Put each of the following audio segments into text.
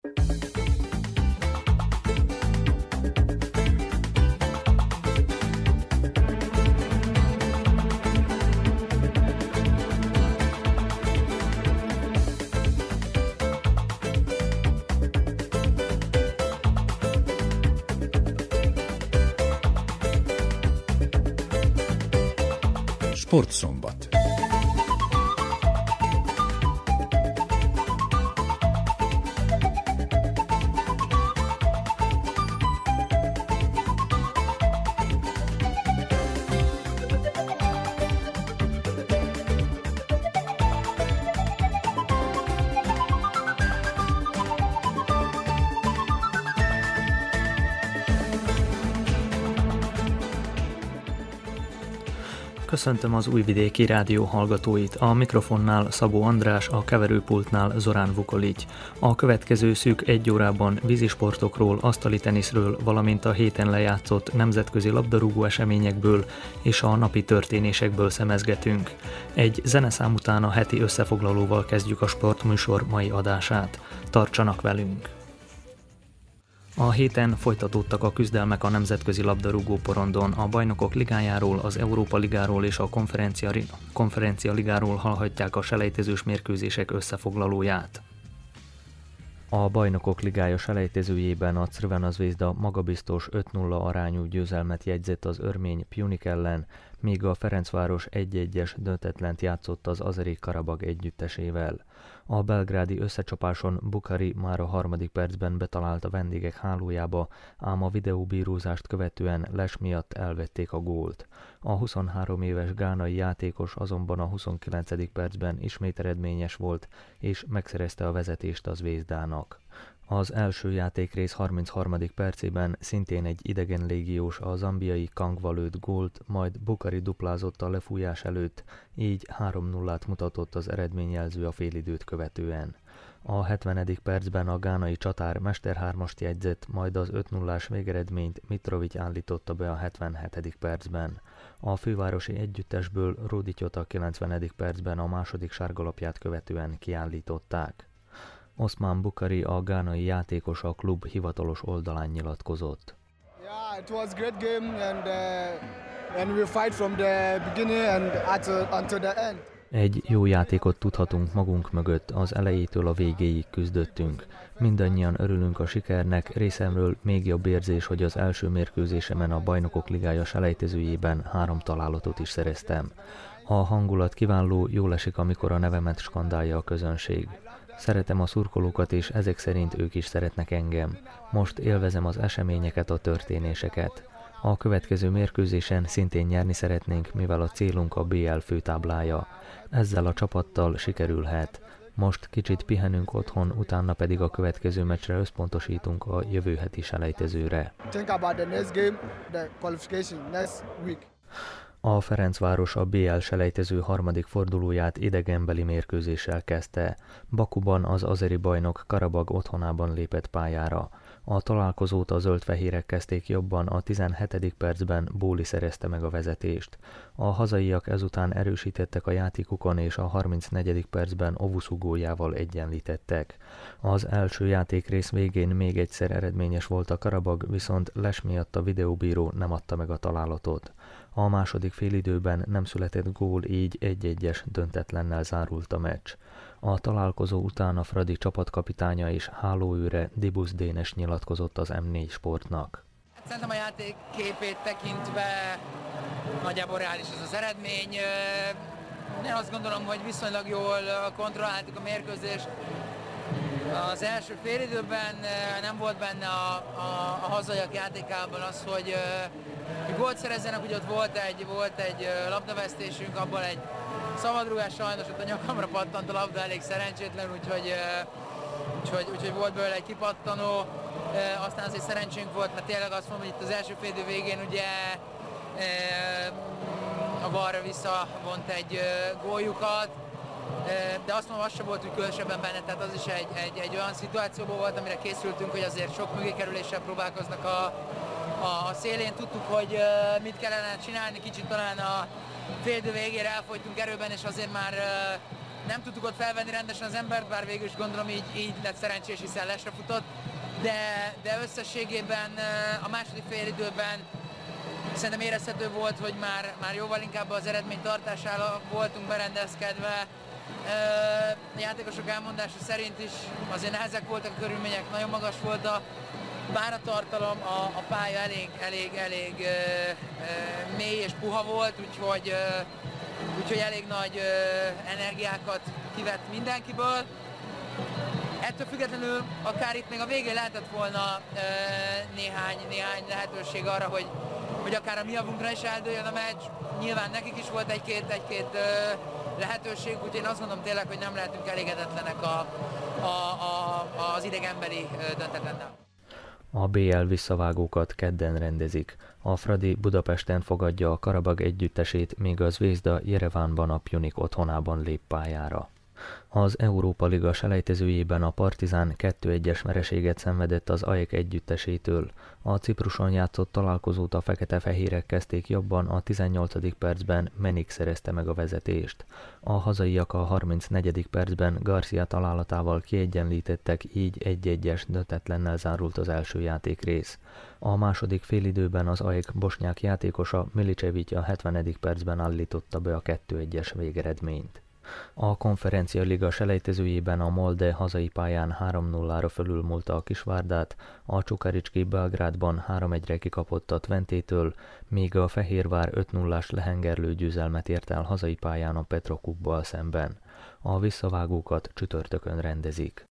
Sportszombat. Köszöntöm az Újvidéki Rádió hallgatóit, a mikrofonnál Szabó András, a keverőpultnál Zorán Vukoligy. A következő szűk egy órában vízisportokról, asztali teniszről, valamint a héten lejátszott nemzetközi labdarúgó eseményekből és a napi történésekből szemezgetünk. Egy zeneszám után a heti összefoglalóval kezdjük a sportműsor mai adását. Tartsanak velünk! A héten folytatódtak a küzdelmek a nemzetközi labdarúgó porondon. A Bajnokok Ligájáról, az Európa Ligáról és a Konferencia Ligáról hallhatják a selejtezős mérkőzések összefoglalóját. A Bajnokok Ligája selejtezőjében a Crvena Zvezda magabiztos 5-0 arányú győzelmet jegyzett az örmény Pjunik ellen, míg a Ferencváros 1-1-es döntetlent játszott az Azeri Karabag együttesével. A belgrádi összecsapáson Bukari már a harmadik percben betalált a vendégek hálójába, ám a videóbírózást követően les miatt elvették a gólt. A 23 éves gánai játékos azonban a 29. percben ismét eredményes volt, és megszerezte a vezetést a Zvezdának. Az első játékrész 33. percében szintén egy idegen légiós a zambiai Kangva lőtt gólt, majd Bukari duplázott a lefújás előtt, így 3-0-át mutatott az eredményjelző a félidőt követően. A 70. percben a gánai csatár mesterhármast jegyzett, majd az 5-0-ás végeredményt Mitrovic állította be a 77. percben. A fővárosi együttesből Rudityot a 90. percben a második sárgalapját követően kiállították. Osman Bukari, a gánai játékos, a klub hivatalos oldalán nyilatkozott. Yeah, it was a great game and we fight from the beginning and until the end. Egy jó játékot tudhatunk magunk mögött, az elejétől a végéig küzdöttünk. Mindannyian örülünk a sikernek, részemről még jobb érzés, hogy az első mérkőzésemen a Bajnokok Ligája selejtezőjében 3 találatot is szereztem. A hangulat kiváló, jól esik, amikor a nevemet skandálja a közönség. Szeretem a szurkolókat, és ezek szerint ők is szeretnek engem. Most élvezem az eseményeket, a történéseket. A következő mérkőzésen szintén nyerni szeretnénk, mivel a célunk a BL főtáblája. Ezzel a csapattal sikerülhet. Most kicsit pihenünk otthon, utána pedig a következő meccsre összpontosítunk, a jövő heti selejtezőre. A Ferencváros a BL selejtező harmadik fordulóját idegenbeli mérkőzéssel kezdte. Bakuban az azeri bajnok Karabag otthonában lépett pályára. A találkozót a zöld-fehérek kezdték jobban, a 17. percben Bóli szerezte meg a vezetést. A hazaiak ezután erősítettek a játékukon, és a 34. percben Ovusu góljával egyenlítettek. Az első játékrész végén még egyszer eredményes volt a Karabag, viszont les miatt a videóbíró nem adta meg a találatot. A második félidőben nem született gól, így 1-1-es döntetlennel zárult a meccs. A találkozó után a Fradi csapatkapitánya és hálóőre Dibusz Dénes nyilatkozott az M4 Sportnak. Szerintem a játék képét tekintve nagyjából reális ez az eredmény. Én azt gondolom, hogy viszonylag jól kontrolláltuk a mérkőzést. Az első félidőben nem volt benne a hazaiak játékában az, hogy gólt szerezzenek, ugye ott volt egy labdavesztésünk, abból egy szabadrugás, sajnos ott a nyakamra pattant a labda elég szerencsétlen, úgyhogy volt belőle egy kipattanó. Aztán azért szerencsénk volt, mert tényleg azt mondom, hogy itt az első félidő végén ugye a balra visszavont egy góljukat, de azt mondom, az sem volt úgy különösebben benne, tehát az is egy olyan szituációból volt, amire készültünk, hogy azért sok mögékerüléssel próbálkoznak a szélén. Tudtuk, hogy mit kellene csinálni, kicsit talán a félidő végére elfogytunk erőben, és azért már Nem tudtuk ott felvenni rendesen az embert, bár végül is gondolom így lett szerencsés, hiszen lesre futott, de összességében a második félidőben szerintem érezhető volt, hogy már jóval inkább az eredmény tartására voltunk berendezkedve. A játékosok elmondása szerint is azért nehezek voltak a körülmények, nagyon magas volt a páratartalom, a pálya elég mély és puha volt, úgyhogy elég nagy energiákat kivett mindenkiből. Ettől függetlenül akár itt még a végén lehetett volna néhány lehetőség arra, hogy akár a mi javunkra is eldőljön a meccs. Nyilván nekik is volt egy-két lehetőség, úgyhogy én azt gondolom tényleg, hogy nem lehetünk elégedetlenek az idegenbeli döntetlennel. A BL visszavágókat kedden rendezik. A Fradi Budapesten fogadja a Karabag együttesét, míg a Zvezda Jerevánban a Pjunik otthonában lép pályára. Az Európa Liga selejtezőjében a Partizán 2-1-es vereséget szenvedett az AEK együttesétől. A Cipruson játszott találkozót a fekete-fehérek kezdték jobban, a 18. percben Menik szerezte meg a vezetést. A hazaiak a 34. percben Garcia találatával kiegyenlítettek, így 1-1-es döntetlennel zárult az első játékrész. A második félidőben az AEK bosnyák játékosa Milicevic a 70. percben állította be a 2-1-es végeredményt. A Konferencia Liga selejtezőjében a Molde hazai pályán 3-0-ra fölülmúlta a Kisvárdát, a Csukaricski Belgrádban 3-1-re kikapott a Twentétől, míg a Fehérvár 5-0-ás lehengerlő győzelmet ért el hazai pályán a Petrokubbal szemben. A visszavágókat csütörtökön rendezik.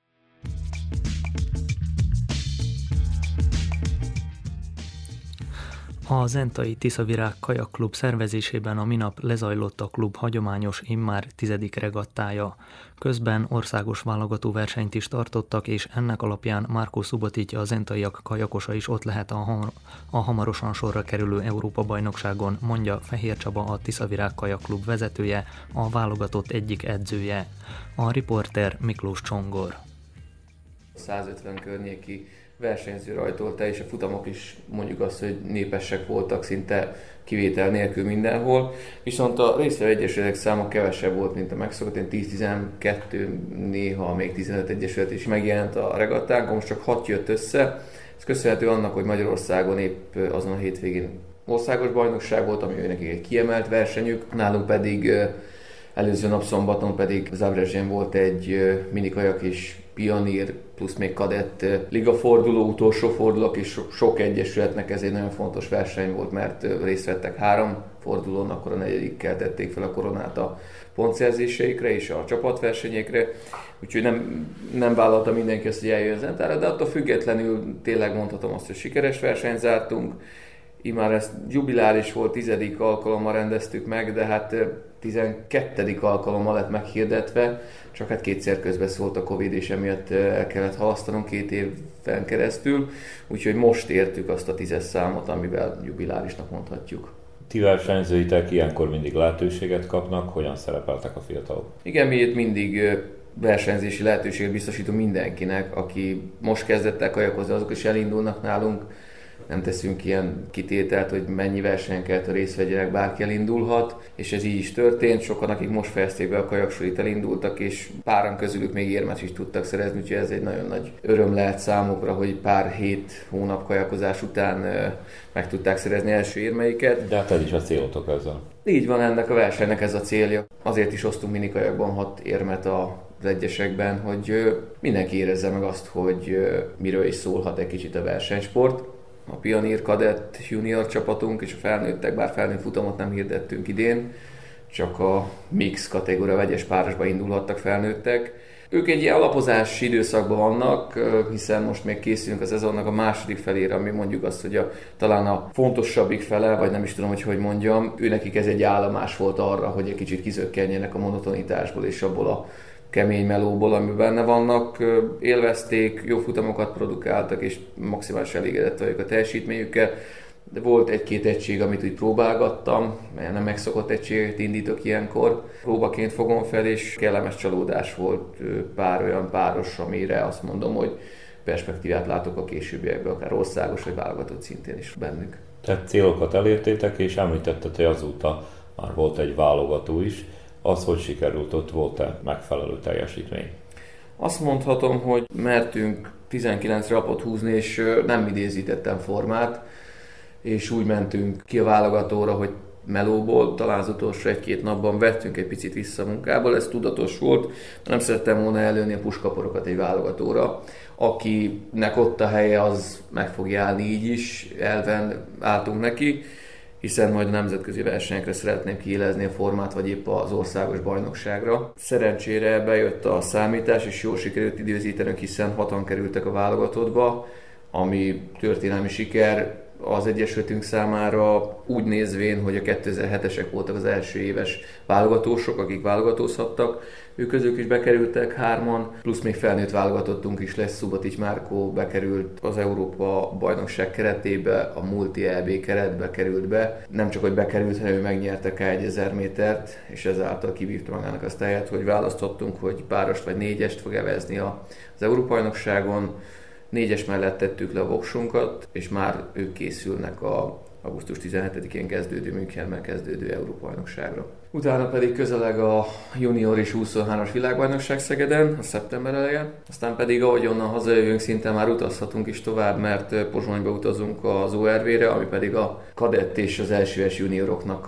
A zentai Tiszavirág kajakklub szervezésében a minap lezajlott a klub hagyományos, immár 10. regattája. Közben országos válogató versenyt is tartottak, és ennek alapján Márkó Szubotitya, a zentaiak kajakosa is ott lehet a hamarosan sorra kerülő Európa-bajnokságon, mondja Fehér Csaba, a Tiszavirág kajakklub vezetője, a válogatott egyik edzője. A riporter Miklós Csongor. 150 környéki versenyző rajtolta, és a futamok is mondjuk azt, hogy népesek voltak szinte kivétel nélkül mindenhol. Viszont a résztvevő egyesületek száma kevesebb volt, mint a megszokott, 10-12, néha még 15 egyesület is megjelent a regattánkon, most csak 6 jött össze. Ez köszönhető annak, hogy Magyarországon épp azon a hétvégén országos bajnokság volt, ami nekik egy kiemelt versenyük, nálunk pedig előző nap szombaton pedig Zábrezsén volt egy minikajak és pionír plusz még kadett ligaforduló, utolsó fordulók, és sok egyesületnek ez egy nagyon fontos verseny volt, mert részt vettek 3 fordulón, akkor a 4-kel tették fel a koronát a pontszerzéseikre és a csapatversenyekre, úgyhogy nem vállalta mindenki azt, hogy eljön Zentára, de attól függetlenül tényleg mondhatom azt, hogy sikeres versenyt zártunk. Immár ez jubiláris volt, 10. alkalommal rendeztük meg, de hát 12. alkalommal lett meghirdetve, csak hát 2-szer közbeszólt a Covid, és emiatt el kellett halasztanunk 2 éven keresztül, úgyhogy most értük azt a 10-es számot, amivel jubilárisnak mondhatjuk. Ti versenyzőitek ilyenkor mindig lehetőséget kapnak, hogyan szerepeltek a fiatalok? Igen, mi itt mindig versenyzési lehetőséget biztosítunk mindenkinek, aki most kezdett el kajakozni, azok is elindulnak nálunk. Nem teszünk ilyen kitételt, hogy mennyi versenyen kellett a részt vegyenek, bárki elindulhat, és ez így is történt. Sokan, akik most fejezték be a kajaksorit, elindultak, és páran közülük még érmet is tudtak szerezni, úgyhogy ez egy nagyon nagy öröm lehet számukra, hogy pár 7 hónap kajakozás után meg tudták szerezni első érmeiket. De hát ez is a célotok ezzel. Így van, ennek a versenynek ez a célja. Azért is osztunk minikajakban 6 érmet az egyesekben, hogy mindenki érezze meg azt, hogy miről is szólhat egy kicsit a versenysport. A Pionír, Kadett, Junior csapatunk és a felnőttek, bár felnőtt futamot nem hirdettünk idén, csak a mix kategória vegyes párosba indulhattak felnőttek. Ők egy ilyen alapozási időszakban vannak, hiszen most még készülünk a szezonnak a második felére, ami mondjuk azt, hogy talán a fontosabbik fele, vagy nem is tudom, hogy mondjam, őnekik ez egy állomás volt arra, hogy egy kicsit kizökkenjenek a monotonitásból és abból a kemény melóból, amiben benne vannak, élvezték, jó futamokat produkáltak, és maximálisan elégedett vagyok a teljesítményükkel. De volt 1-2 egység, amit úgy próbálgattam, mert nem megszokott egységet indítok ilyenkor. Próbaként fogom fel, és kellemes csalódás volt pár olyan páros, amire azt mondom, hogy perspektívát látok a későbbiekben, akár országos vagy válogatott szintén is bennük. Tehát célokat elértétek, és említetted, hogy azóta már volt egy válogató is. Az, hogy sikerült, ott volt-e megfelelő teljesítmény? Azt mondhatom, hogy mertünk 19 rapot húzni, és nem idézítettem formát, és úgy mentünk ki a válogatóra, hogy melóból, talán az utolsó 1-2 napban vettünk egy picit vissza a munkából, ez tudatos volt, nem szerettem volna előni a puskaporokat egy válogatóra. Akinek ott a helye, az meg fogja állni így is, elven álltunk neki, hiszen majd a nemzetközi versenyekre szeretném kiélezni a formát, vagy épp az országos bajnokságra. Szerencsére bejött a számítás, és jól sikerült időzítenünk, hiszen 6-an kerültek a válogatottba, ami történelmi siker az Egyesületünk számára, úgy nézvén, hogy a 2007-esek voltak az első éves válogatósok, akik válogatózhattak. Ők közük is bekerültek 3-an, plusz még felnőtt válogatottunk is lesz, Subotics Márkó bekerült az Európa bajnokság keretébe, a Multi EB keretbe került be. Nem csak, hogy bekerült, hanem ő megnyerte K1000 métert, és ezáltal kivívta magának azt a helyet, hogy választottunk, hogy párost vagy 4-est fog evezni az Európa bajnokságon. 4-es mellett tettük le a voksunkat, és már ők készülnek a augusztus 17-én kezdődő Münchenben kezdődő Európa-bajnokságra. Utána pedig közeleg a junior és 23-as világbajnokság Szegeden, a szeptember eleje. Aztán pedig, ahogy onnan hazajövünk, szinte már utazhatunk is tovább, mert Pozsonyba utazunk az ORV-re, ami pedig a kadett és az elsős junioroknak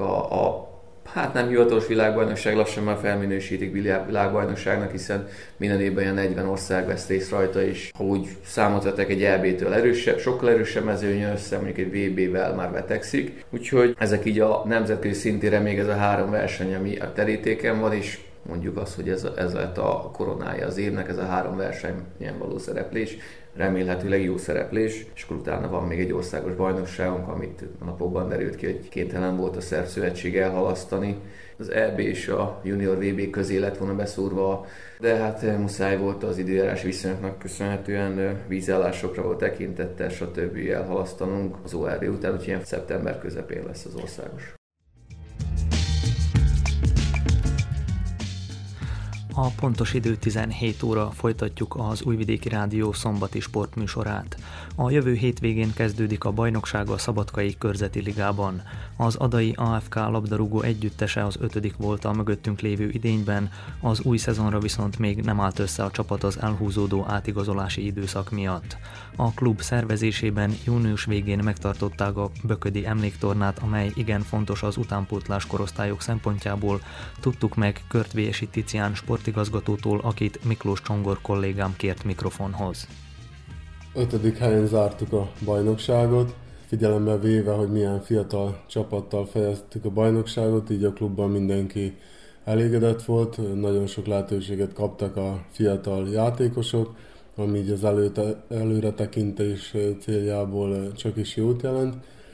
hát nem hivatalos világbajnokság, lassan már felminősítik világbajnokságnak, hiszen minden évben ilyen 40 ország vesz részt rajta, és ha úgy számot vetek, egy EB-től erősebb, sokkal erősebb mezőny össze, mondjuk egy VB-vel már vetekszik. Úgyhogy ezek így a nemzetközi szintére még ez a 3 verseny, ami a terítéken van, és mondjuk azt, hogy ez lett a koronája az évnek, ez a 3 versenyen való szereplés, remélhetőleg jó szereplés, és akkor utána van még egy országos bajnokságunk, amit a napokban derült ki, hogy kénytelen volt a szerb szövetség elhalasztani. Az EB és a Junior VB közé lett volna beszúrva, de hát muszáj volt az időjárás viszonyoknak köszönhetően, vízállásokra volt tekintettel, stb. Elhalasztanunk az ORV után, úgyhogy ilyen szeptember közepén lesz az országos. A pontos idő 17 óra, folytatjuk az Újvidéki Rádió szombati sportműsorát. A jövő hétvégén kezdődik a bajnokság a Szabadkai Körzeti Ligában. Az adai AFK labdarúgó együttese az 5. volt a mögöttünk lévő idényben, az új szezonra viszont még nem állt össze a csapat az elhúzódó átigazolási időszak miatt. A klub szervezésében június végén megtartották a Böködi emléktornát, amely igen fontos az utánpótlás korosztályok szempontjából, tudtuk meg Körtvélyesi Ticián sportigazgatótól, akit Miklós Csongor kollégám kért mikrofonhoz. 5. helyen zártuk a bajnokságot, figyelembe véve, hogy milyen fiatal csapattal fejeztük a bajnokságot, így a klubban mindenki elégedett volt, nagyon sok lehetőséget kaptak a fiatal játékosok, ami így az előretekintés céljából csak is jót jelent,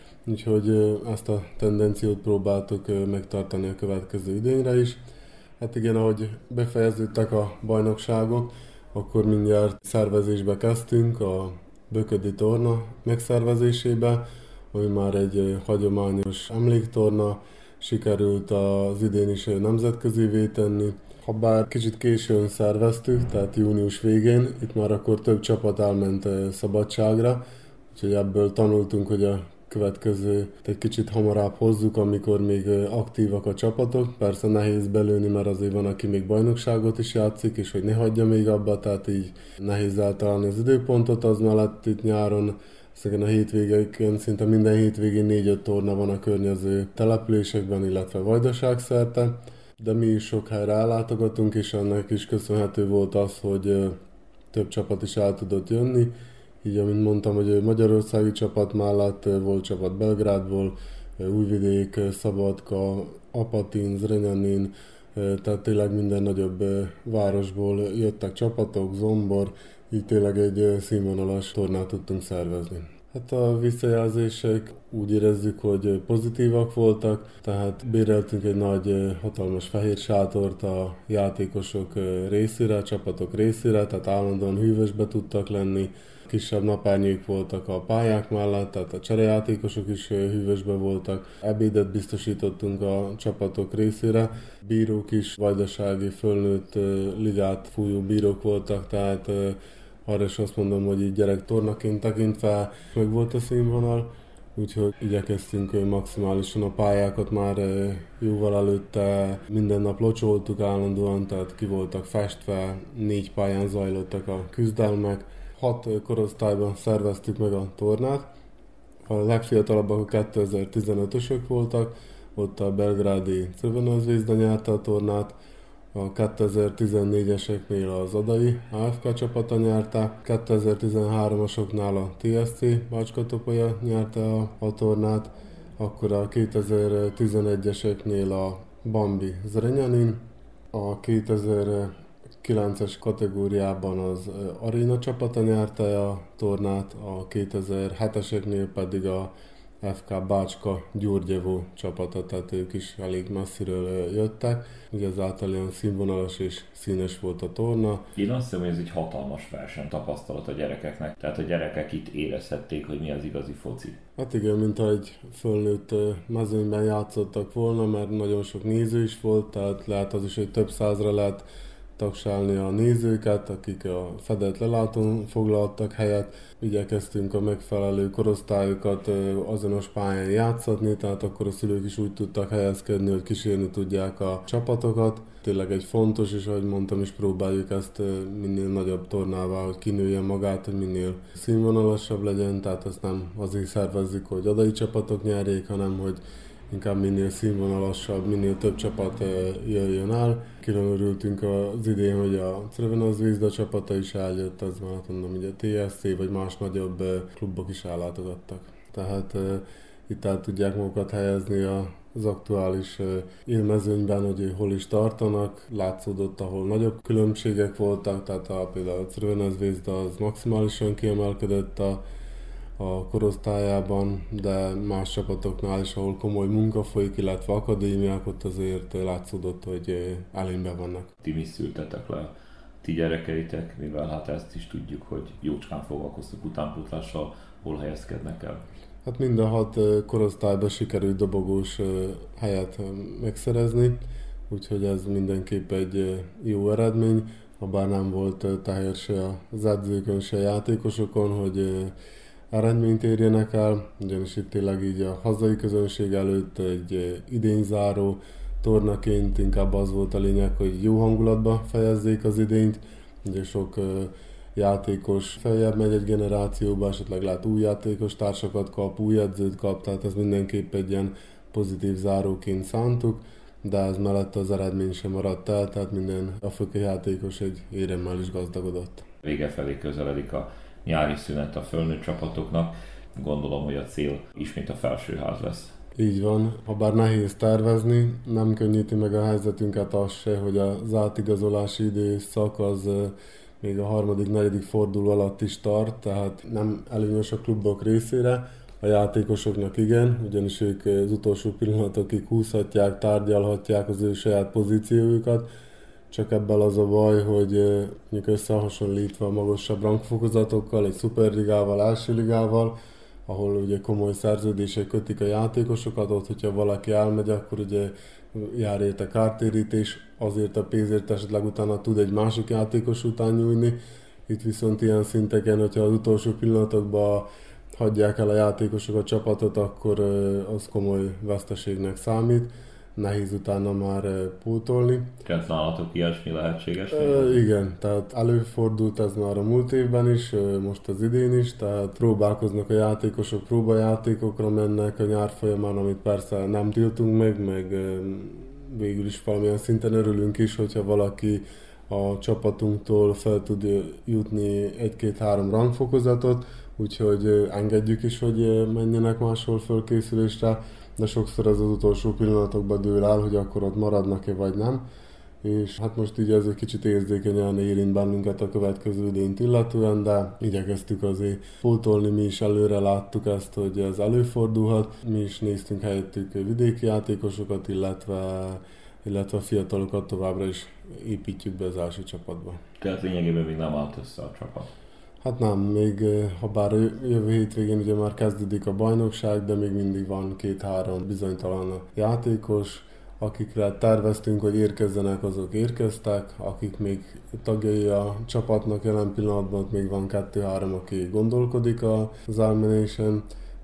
úgyhogy ezt a tendenciót próbáltuk megtartani a következő idényre is. Hát igen, ahogy befejeződtek a bajnokságok, akkor mindjárt szervezésbe kezdtünk a Böködi torna megszervezésébe, ami már egy hagyományos emléktorna, sikerült az idén is nemzetközivé tenni. Habár kicsit későn szerveztük, tehát június végén, itt már akkor több csapat elment szabadságra, úgyhogy ebből tanultunk, hogy a következő egy kicsit hamarabb hozzuk, amikor még aktívak a csapatok. Persze nehéz belőni, mert azért van, aki még bajnokságot is játszik, és hogy ne hagyja még abba, tehát így nehéz eltalálni az időpontot. Az mellett itt nyáron, ezeken a hétvégeken szinte minden hétvégén 4-5 torna van a környező településekben, illetve Vajdaság szerte, de mi is sok helyre ellátogatunk, és ennek is köszönhető volt az, hogy több csapat is el tudott jönni. Így, amint mondtam, hogy magyarországi csapat mellett volt csapat Belgrádból, Újvidék, Szabadka, Apatin, Zrenyanin, tehát tényleg minden nagyobb városból jöttek csapatok, Zombor, így tényleg egy színvonalas tornát tudtunk szervezni. Hát a visszajelzések úgy érezzük, hogy pozitívak voltak, tehát béreltünk egy nagy, hatalmas fehér sátort a játékosok részére, a csapatok részére, tehát állandóan hűvösbe tudtak lenni. Kisebb napárnyék voltak a pályák mellett, tehát a cserejátékosok is hűvösbe voltak. Ebédet biztosítottunk a csapatok részére. Bírók is, vajdasági fölnőtt ligát fújó bírók voltak, tehát arra is azt mondom, hogy így gyerektornaként tekintve meg volt a színvonal. úgyhogy igyekeztünk maximálisan a pályákat már jóval előtte minden nap locsoltuk állandóan, tehát ki voltak festve, 4 pályán zajlottak a küzdelmek, 6 korosztályban szerveztük meg a tornát. A legfiatalabbak a 2015-ösök voltak, ott a belgrádi Crvena Zvezda nyerte a tornát, a 2014-eseknél az Adai AFK csapata nyerte, 2013-asoknál a TSC Bácska-Topolya nyerte a tornát, akkor a 2011-eseknél a Bambi Zrenjanin, a 2009-es kategóriában az Arena csapata nyerte a tornát, a 2007-eseknél pedig a FK Bácska Gyurgyevo csapata, tehát ők is elég messziről jöttek, ugye ezáltal ilyen színvonalas és színes volt a torna. Én azt hiszem, hogy ez egy hatalmas versenytapasztalat a gyerekeknek, tehát a gyerekek itt érezhették, hogy mi az igazi foci. Hát igen, mint egy fölnőtt mezőnyben játszottak volna, mert nagyon sok néző is volt, tehát lehet az is, hogy több százra lehet tagsálni a nézőket, akik a fedett lelátón foglaltak helyet. Igyekeztünk a megfelelő korosztályokat azonos pályán játszatni, tehát akkor a szülők is úgy tudtak helyezkedni, hogy kísérni tudják a csapatokat. Tényleg egy fontos, és ahogy mondtam is, próbáljuk ezt minél nagyobb tornává, hogy kinőjen magát, hogy minél színvonalasabb legyen, tehát ezt nem azért szervezzük, hogy adai csapatok nyerjék, hanem hogy inkább minél színvonalasabb, minél több csapat jöjjön el. Külön örültünk az idén, hogy a Crvena Zvezda csapata is eljött, az már mondom, hogy a TSC vagy más nagyobb klubok is ellátogattak. Tehát itt el tudják magukat helyezni az aktuális élmezőnyben, hogy hol is tartanak. Látszódott, ahol nagyobb különbségek voltak, tehát például a Crvena Zvezda az maximálisan kiemelkedett a korosztályában, de más csapatoknál is, ahol komoly munka folyik, illetve akadémiák, ott azért látszódott, hogy előnyben vannak. Ti mi szültetek le ti gyerekeitek, mivel hát ezt is tudjuk, hogy jócskán foglalkoztok utánpótlással, hol helyezkednek el? Hát mind a 6 korosztályban sikerült dobogós helyet megszerezni, úgyhogy ez mindenképp egy jó eredmény, habár nem volt teher se az edzőkön, se a játékosokon, hogy eredményt érjenek el, ugyanis itt tényleg így a hazai közönség előtt egy idényzáró tornaként inkább az volt a lényeg, hogy jó hangulatba fejezzék az idényt. Ugye sok játékos feljebb megy egy generációba, esetleg lát új játékos társakat kap, új edzőt kap, tehát ez mindenképp egy ilyen pozitív záróként szántuk, de ez mellett az eredmény sem maradt el, tehát minden afrikai játékos egy éremmel is gazdagodott. Vége felé közeledik a nyári szünet a fölnőtt csapatoknak. Gondolom, hogy a cél ismét a felsőház lesz. Így van, habár nehéz tervezni, nem könnyíti meg a helyzetünket az se, hogy az átigazolási időszak az még a 3.-4. forduló alatt is tart, tehát nem előnyös a klubok részére, a játékosoknak igen, ugyanis ők az utolsó pillanatokig húzhatják, tárgyalhatják az ő saját pozíciójukat, csak ebben az a baj, hogy mondjuk összehasonlítva a magasabb rangfokozatokkal, egy szuperligával, első ligával, ahol ugye komoly szerződések kötik a játékosokat, ott, hogyha valaki elmegy, akkor ugye jár érte kártérítés, azért a pénzért esetleg utána tud egy másik játékos után nyújni. Itt viszont ilyen szinteken, hogyha az utolsó pillanatokban hagyják el a játékosok a csapatot, akkor az komoly veszteségnek számít. Nehéz utána már pótolni. Tehát nálatok ilyesmi lehetséges? Igen, tehát előfordult ez már a múlt évben is, most az idén is, tehát próbálkoznak a játékosok, próbajátékokra mennek a nyár folyamán, amit persze nem tiltunk meg végül is valamilyen szinten örülünk is, hogyha valaki a csapatunktól fel tud jutni 1-2-3 rangfokozatot, úgyhogy engedjük is, hogy menjenek máshol fölkészülésre, de sokszor ez az utolsó pillanatokban dől el, hogy akkor ott maradnak-e vagy nem. És hát most így ez egy kicsit érzékenyen érint bennünket a következő idényt illetően, de igyekeztük azért pótolni, mi is előre láttuk ezt, hogy ez előfordulhat. Mi is néztünk helyettük vidéki játékosokat, illetve a fiatalokat továbbra is építjük be az első csapatba. Tehát lényegében még nem állt össze a csapat. Hát nem, még ha bár jövő hétvégén ugye már kezdődik a bajnokság, de még mindig van 2-3 bizonytalan játékos, akikre terveztünk, hogy érkezzenek, azok érkeztek, akik még tagjai a csapatnak jelen pillanatban, még van 2-3, aki gondolkodik az elmenésen,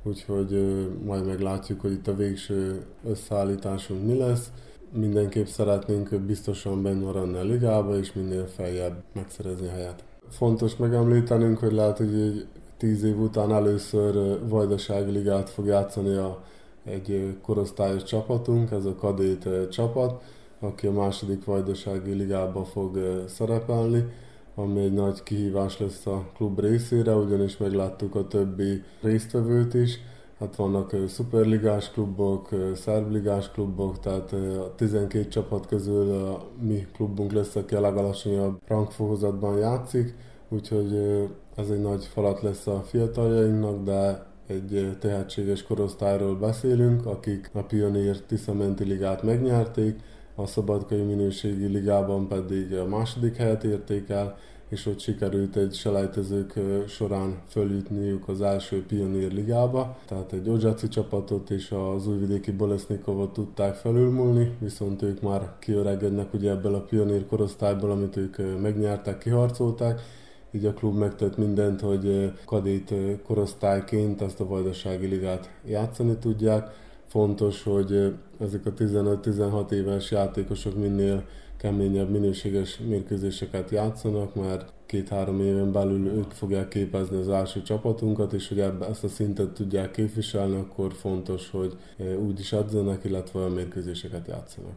úgyhogy majd meglátjuk, hogy itt a végső összeállításunk mi lesz. Mindenképp szeretnénk biztosan benne maradni a ligába, és minél feljebb megszerezni a helyet. Fontos megemlítenünk, hogy lehet, hogy 10 év után először Vajdasági ligát fog játszani egy korosztályos csapatunk, ez a kadét csapat, aki a második Vajdasági ligában fog szerepelni, ami egy nagy kihívás lesz a klub részére, ugyanis megláttuk a többi résztvevőt is. Hát vannak szuperligás klubok, szerbligás klubok, tehát a 12 csapat közül a mi klubunk lesz, aki a legalacsonyabb rangfokozatban játszik, úgyhogy ez egy nagy falat lesz a fiataljainknak, de egy tehetséges korosztályról beszélünk, akik a Pionír Tiszamenti ligát megnyerték, a Szabadkai Minőségi Ligában pedig a második helyet érték el, és ott sikerült egy selejtezők során följutniuk az első Pionír ligába, tehát egy Odzsaci csapatot és az újvidéki Bolesznikovot tudták felülmúlni, viszont ők már kiöregednek ugye ebből a Pionír korosztályból, amit ők megnyertek, kiharcolták, így a klub megtett mindent, hogy kadét korosztályként ezt a Vajdasági ligát játszani tudják. Fontos, hogy ezek a 15-16 éves játékosok minél keményebb, minőséges mérkőzéseket játszanak, mert 2-3 éven belül ők fogják képezni az első csapatunkat, és hogy ezt a szintet tudják képviselni, akkor fontos, hogy úgy is edzenek, illetve olyan mérkőzéseket játszanak.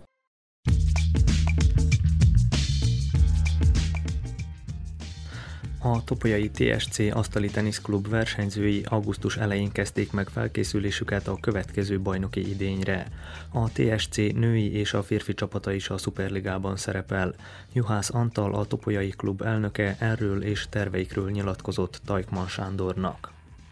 A topolyai TSC asztali teniszklub versenyzői augusztus elején kezdték meg felkészülésüket a következő bajnoki idényre. A TSC női és a férfi csapata is a Szuperligában szerepel. Juhász Antal, a topolyai klub elnöke erről és terveikről nyilatkozott Tajkman Sándornak.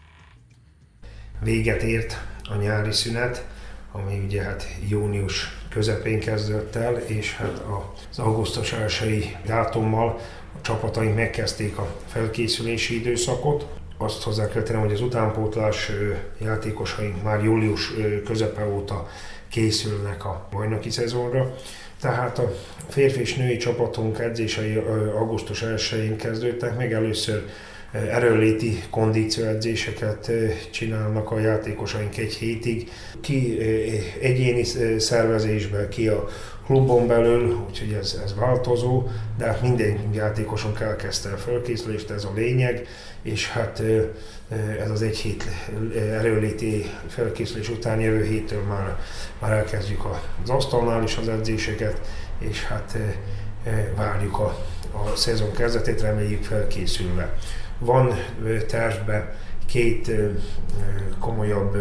Véget ért a nyári szünet, ami ugye június közepén kezdődött el, és az augusztus 1-i dátummal a csapataink megkezdték a felkészülési időszakot. Azt hozzá kell tennem, hogy az utánpótlás játékosaink már július közepe óta készülnek a bajnoki szezonra. Tehát a férfi és női csapatunk edzései augusztus 1-én kezdődtek meg. Először erőnléti kondícióedzéseket csinálnak a játékosaink egy hétig. Ki egyéni szervezésben, ki a klubon belül, úgyhogy ez változó, de minden játékosunk elkezdte a felkészülést, ez a lényeg, és ez az egy hét erőnléti felkészülés után jövő héttől már elkezdjük az asztalnál is az edzéseket, és várjuk a szezon kezdetét, reméljük felkészülve. Van tervben 2 komolyabb,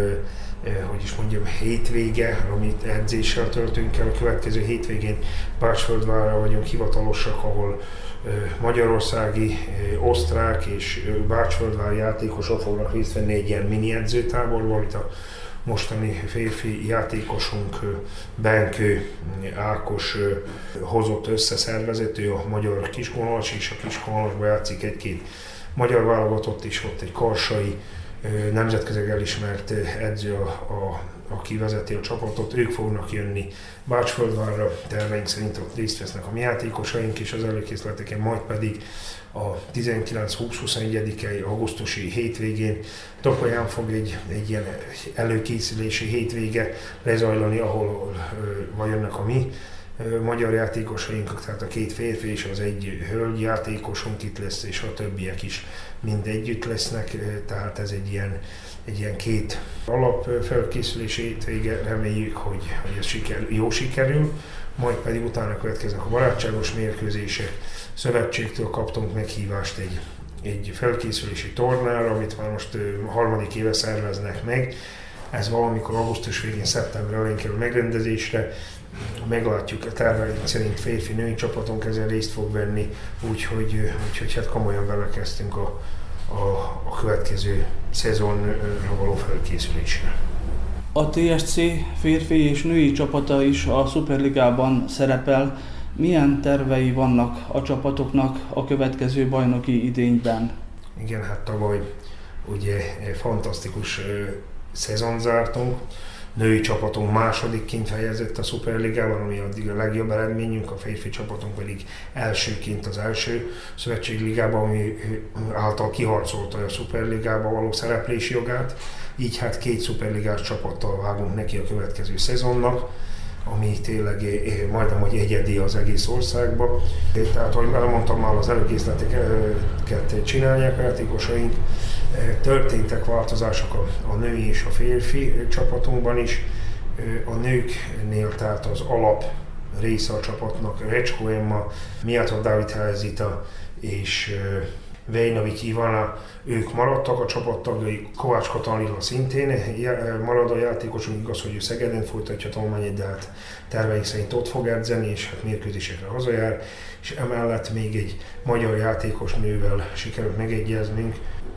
hétvége, amit edzéssel töltünk el. A következő hétvégén Bácsföldvárra vagyunk hivatalosak, ahol magyarországi, osztrák és Bácsföldvár játékosok fognak részt venni egy ilyen mini edzőtáborban, itt a mostani férfi játékosunk Benkő Ákos hozott össze, szervezett, ő a magyar kisvonalas, és a kisvonalasban játszik egy-két magyar válogatott is, ott egy karsai nemzetközileg elismert edző, aki vezeti a csapatot, ők fognak jönni Bácsföldvárra, terveink szerint ott részt vesznek a mi játékosaink és az előkészületeken, majd pedig a 19-20-21. Augusztusi hétvégén Topolyán fog egy ilyen előkészülési hétvége lezajlani, ahol jönnek a mi magyar játékosaink, tehát a 2 férfi és az egy hölgy játékosunk itt lesz, és a többiek is mind együtt lesznek, tehát ez egy ilyen 2 alapfelkészülési hétvége, reméljük, hogy ez jó sikerül, majd pedig utána következnek a barátságos mérkőzések. Szövetségtől kaptunk meghívást egy felkészülési tornára, amit már most 3. éve szerveznek meg. Ez valamikor augusztus végén, szeptember elején kerül megrendezésre. Meglátjuk, a terveink szerint férfi-női csapatunk ezen részt fog venni, úgyhogy komolyan belekezdtünk a következő szezonra való felkészülésre. A TSC férfi és női csapata is a Szuperligában szerepel. Milyen tervei vannak a csapatoknak a következő bajnoki idényben? Igen, tavaly ugye fantasztikus szezon zártunk. női csapatunk másodikként helyezett a Szuperligában, ami addig a legjobb eredményünk, a férfi csapatunk pedig elsőként az első szövetségligában, ami által kiharcolta a Szuperligában való szereplési jogát. Így hát 2 szuperligás csapattal vágunk neki a következő szezonnak, ami tényleg majdnem, hogy egyedi az egész országban. Tehát, ahogy elmondtam, már az előkészleteket csinálják a játékosaink. Történtek változások a női és a férfi csapatunkban is. A nőknél tehát az alap része a csapatnak Recsko Emma, Miato Dávid Helzita és Vejnovics Ivana, ők maradtak a csapattagjai, Kovács Katalina szintén marad a játékosunk, igaz, hogy ő Szegeden folytatja tanulmányait, de hát terveink szerint ott fog edzeni, és hát mérkőzésekre hazajár, és emellett még egy magyar játékos nővel sikerült megegyeznünk,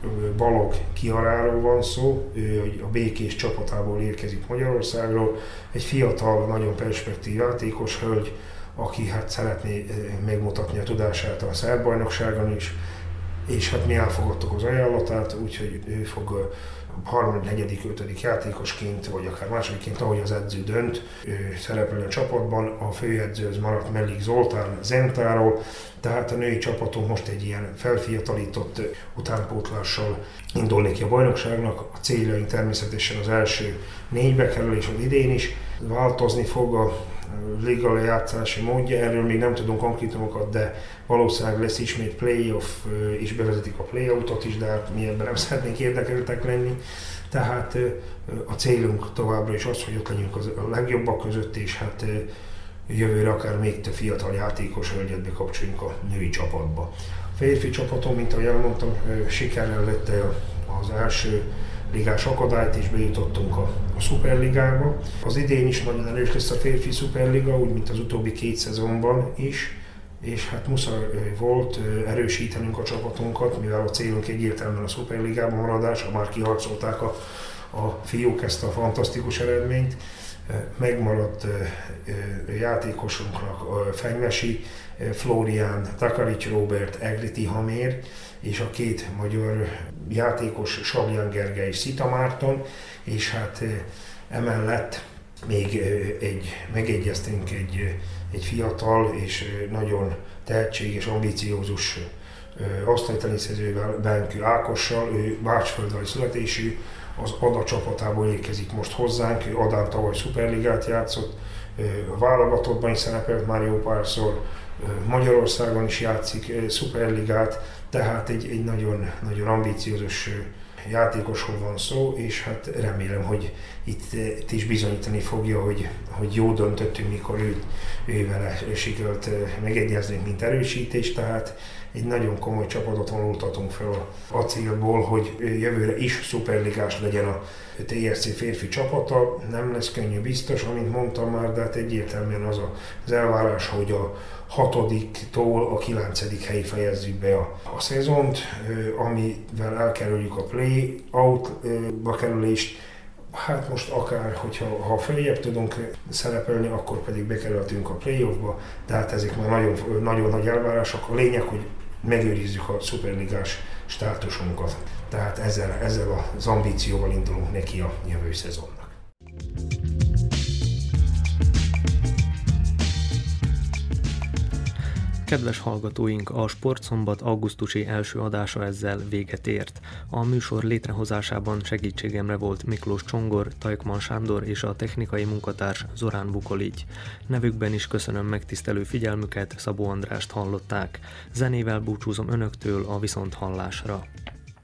Balog Kiaráról van szó, ő a Békés csapatából érkezik Magyarországról, egy fiatal, nagyon perspektív játékos hölgy, aki hát szeretné megmutatni a tudását a szerb bajnokságon is, és hát mi elfogadtuk az ajánlatát, úgyhogy ő fog 3., 4., 5. játékosként, vagy akár másodikként, ahogy az edző dönt, ő szerepel a csapatban. A főedző az maradt Mellik Zoltán Zentáról, tehát a női csapatunk most egy ilyen felfiatalított utánpótlással indul neki a bajnokságnak. A céljaink természetesen az első 4-be kerülés az idén is. Változni fog a liga lejátszási módja, erről még nem tudunk konkrétumokat, de valószínűleg lesz ismét playoff, és bevezetik a play-outot is, de hát mi ebben nem szeretnénk érdekeltek lenni. Tehát a célunk továbbra is az, hogy ott legyünk a legjobbak között, és hát jövőre akár még több fiatal játékos hölgyet bekapcsoljunk a női csapatba. A férfi csapaton, mint ahogy elmondtam, sikerrel lett az első ligás akadályt, és bejutottunk a Szuperligába. Az idén is nagyon erős lesz a férfi Szuperliga, úgy mint az utóbbi 2 szezonban is, és hát muszáj volt erősítenünk a csapatunkat, mivel a célunk egyértelműen a Szuperligában maradása, már kiharcolták a fiúk ezt a fantasztikus eredményt. Megmaradt játékosunknak Fenyvesi Flórián, Takarics Róbert, Egriti Hamér, és a 2 magyar játékos Sabján Gergely és Szita Márton, és hát emellett még megegyeztünk egy fiatal és nagyon tehetséges, ambiciózus osztályteniszezővel, Benkő Ákossal, ő Bácsföldvai születésű, az Ada csapatából érkezik most hozzánk, Adán tavaly Szuperligát játszott, a válogatottban is szerepelt már jó párszor, Magyarországon is játszik Szuperligát, tehát egy nagyon, nagyon ambiciózus játékosról van szó, és hát remélem, hogy itt is bizonyítani fogja, hogy jó döntöttünk, mikor ővele sikerült megegyeznünk, mint erősítés, tehát egy nagyon komoly csapatot vonultatunk fel a célból, hogy jövőre is szuperligás legyen a TRC férfi csapata. Nem lesz könnyű biztos, amint mondtam már, de hát egyértelműen az elvárás, hogy a 6-tól a 9. helyig fejezzük be a szezont, amivel elkerüljük a play-out-ba kerülést. Hát most akár, ha följebb tudunk szerepelni, akkor pedig bekerültünk a play-offba, tehát ezek már nagyon, nagyon nagy elvárások. A lényeg, hogy megőrizzük a szuperligás státusunkat. Tehát ezzel az ambícióval indulunk neki a jövő szezonnak. Kedves hallgatóink, a Sportszombat augusztusi első adása ezzel véget ért. A műsor létrehozásában segítségemre volt Miklós Csongor, Tajkman Sándor és a technikai munkatárs Zorán Vukoligy. Nevükben is köszönöm megtisztelő figyelmüket, Szabó Andrást hallották. Zenével búcsúzom önöktől a viszonthallásra.